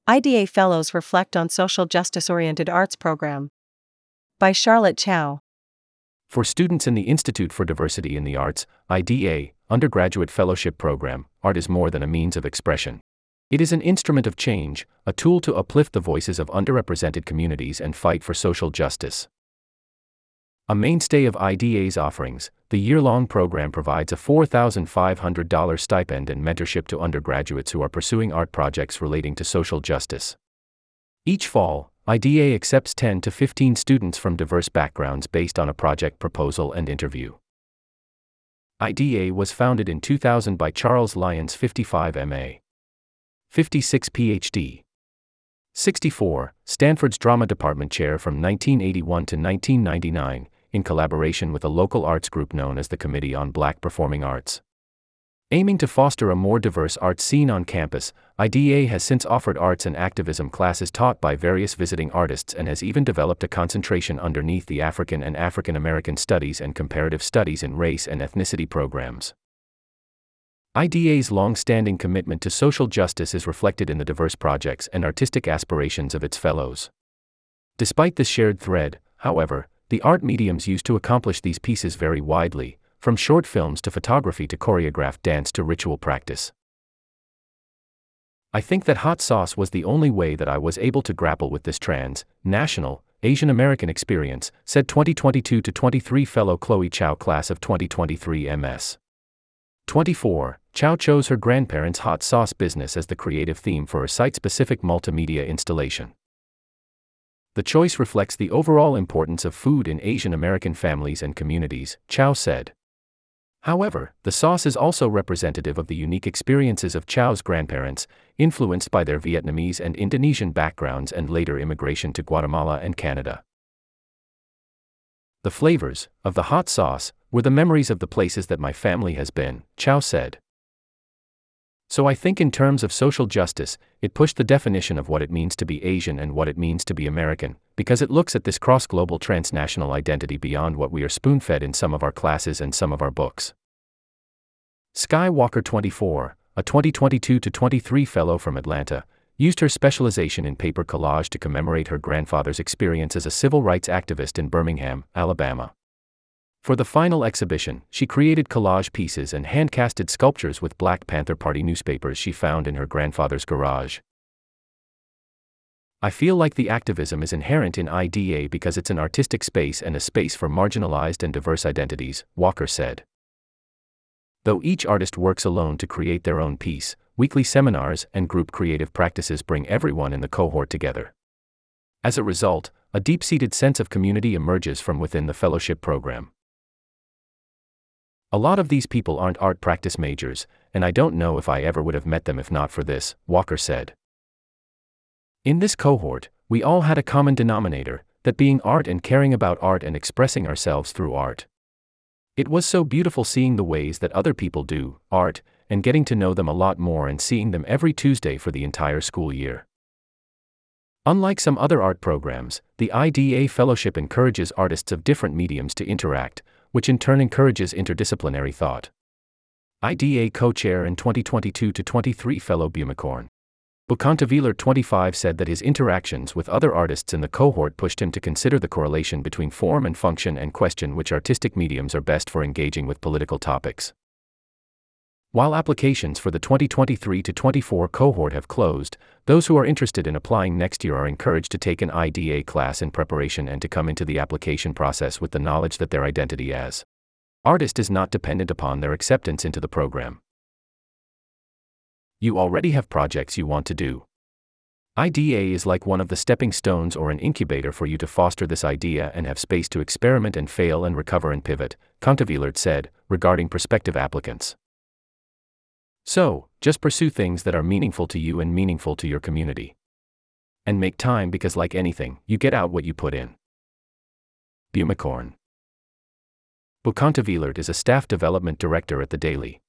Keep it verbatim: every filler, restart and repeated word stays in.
I D A Fellows reflect on social justice-oriented arts program. By Charlotte Chow. For students in the Institute for Diversity in the Arts, I D A, undergraduate fellowship program, art is more than a means of expression. It is an instrument of change, a tool to uplift the voices of underrepresented communities and fight for social justice. A mainstay of I D A's offerings, the year-long program provides a four thousand five hundred dollars stipend and mentorship to undergraduates who are pursuing art projects relating to social justice. Each fall, I D A accepts ten to fifteen students from diverse backgrounds based on a project proposal and interview. I D A was founded in two thousand by Charles Lyons, fifty-five M A, fifty-six P H D, sixty-four, Stanford's Drama Department Chair from nineteen eighty-one to nineteen ninety-nine, in collaboration with a local arts group known as the Committee on Black Performing Arts. Aiming to foster a more diverse art scene on campus, I D A has since offered arts and activism classes taught by various visiting artists and has even developed a concentration underneath the African and African American Studies and Comparative Studies in Race and Ethnicity programs. I D A's long-standing commitment to social justice is reflected in the diverse projects and artistic aspirations of its fellows. Despite this shared thread, however, the art mediums used to accomplish these pieces vary widely, from short films to photography to choreographed dance to ritual practice. I think that hot sauce was the only way that I was able to grapple with this trans, national, Asian American experience, said twenty twenty-two to twenty-three fellow Chloe Chow, class of twenty twenty-three M S twenty-four. Chow chose her grandparents' hot sauce business as the creative theme for her site-specific multimedia installation. The choice reflects the overall importance of food in Asian American families and communities, Chow said. However, the sauce is also representative of the unique experiences of Chow's grandparents, influenced by their Vietnamese and Indonesian backgrounds and later immigration to Guatemala and Canada. The flavors of the hot sauce were the memories of the places that my family has been, Chow said. So I think in terms of social justice, it pushed the definition of what it means to be Asian and what it means to be American, because it looks at this cross-global transnational identity beyond what we are spoon-fed in some of our classes and some of our books. Skywalker twenty-four, a twenty twenty-two to twenty-three fellow from Atlanta, used her specialization in paper collage to commemorate her grandfather's experience as a civil rights activist in Birmingham, Alabama. For the final exhibition, she created collage pieces and hand-casted sculptures with Black Panther Party newspapers she found in her grandfather's garage. I feel like the activism is inherent in I D A because it's an artistic space and a space for marginalized and diverse identities, Walker said. Though each artist works alone to create their own piece, weekly seminars and group creative practices bring everyone in the cohort together. As a result, a deep-seated sense of community emerges from within the fellowship program. A lot of these people aren't art practice majors, and I don't know if I ever would have met them if not for this, Walker said. In this cohort, we all had a common denominator, that being art and caring about art and expressing ourselves through art. It was so beautiful seeing the ways that other people do art, and getting to know them a lot more and seeing them every Tuesday for the entire school year. Unlike some other art programs, the I D A Fellowship encourages artists of different mediums to interact, which in turn encourages interdisciplinary thought. I D A co-chair and twenty twenty-two to twenty-three fellow Bumicorn, Bukantavilar twenty-five said that his interactions with other artists in the cohort pushed him to consider the correlation between form and function and question which artistic mediums are best for engaging with political topics. While applications for the twenty twenty-three to twenty-four cohort have closed, those who are interested in applying next year are encouraged to take an I D A class in preparation and to come into the application process with the knowledge that their identity as artist is not dependent upon their acceptance into the program. You already have projects you want to do. I D A is like one of the stepping stones or an incubator for you to foster this idea and have space to experiment and fail and recover and pivot, Contavilert said, regarding prospective applicants. So, just pursue things that are meaningful to you and meaningful to your community. And make time because like anything, you get out what you put in. Bumicorn. Bukantavilert is a staff development director at The Daily.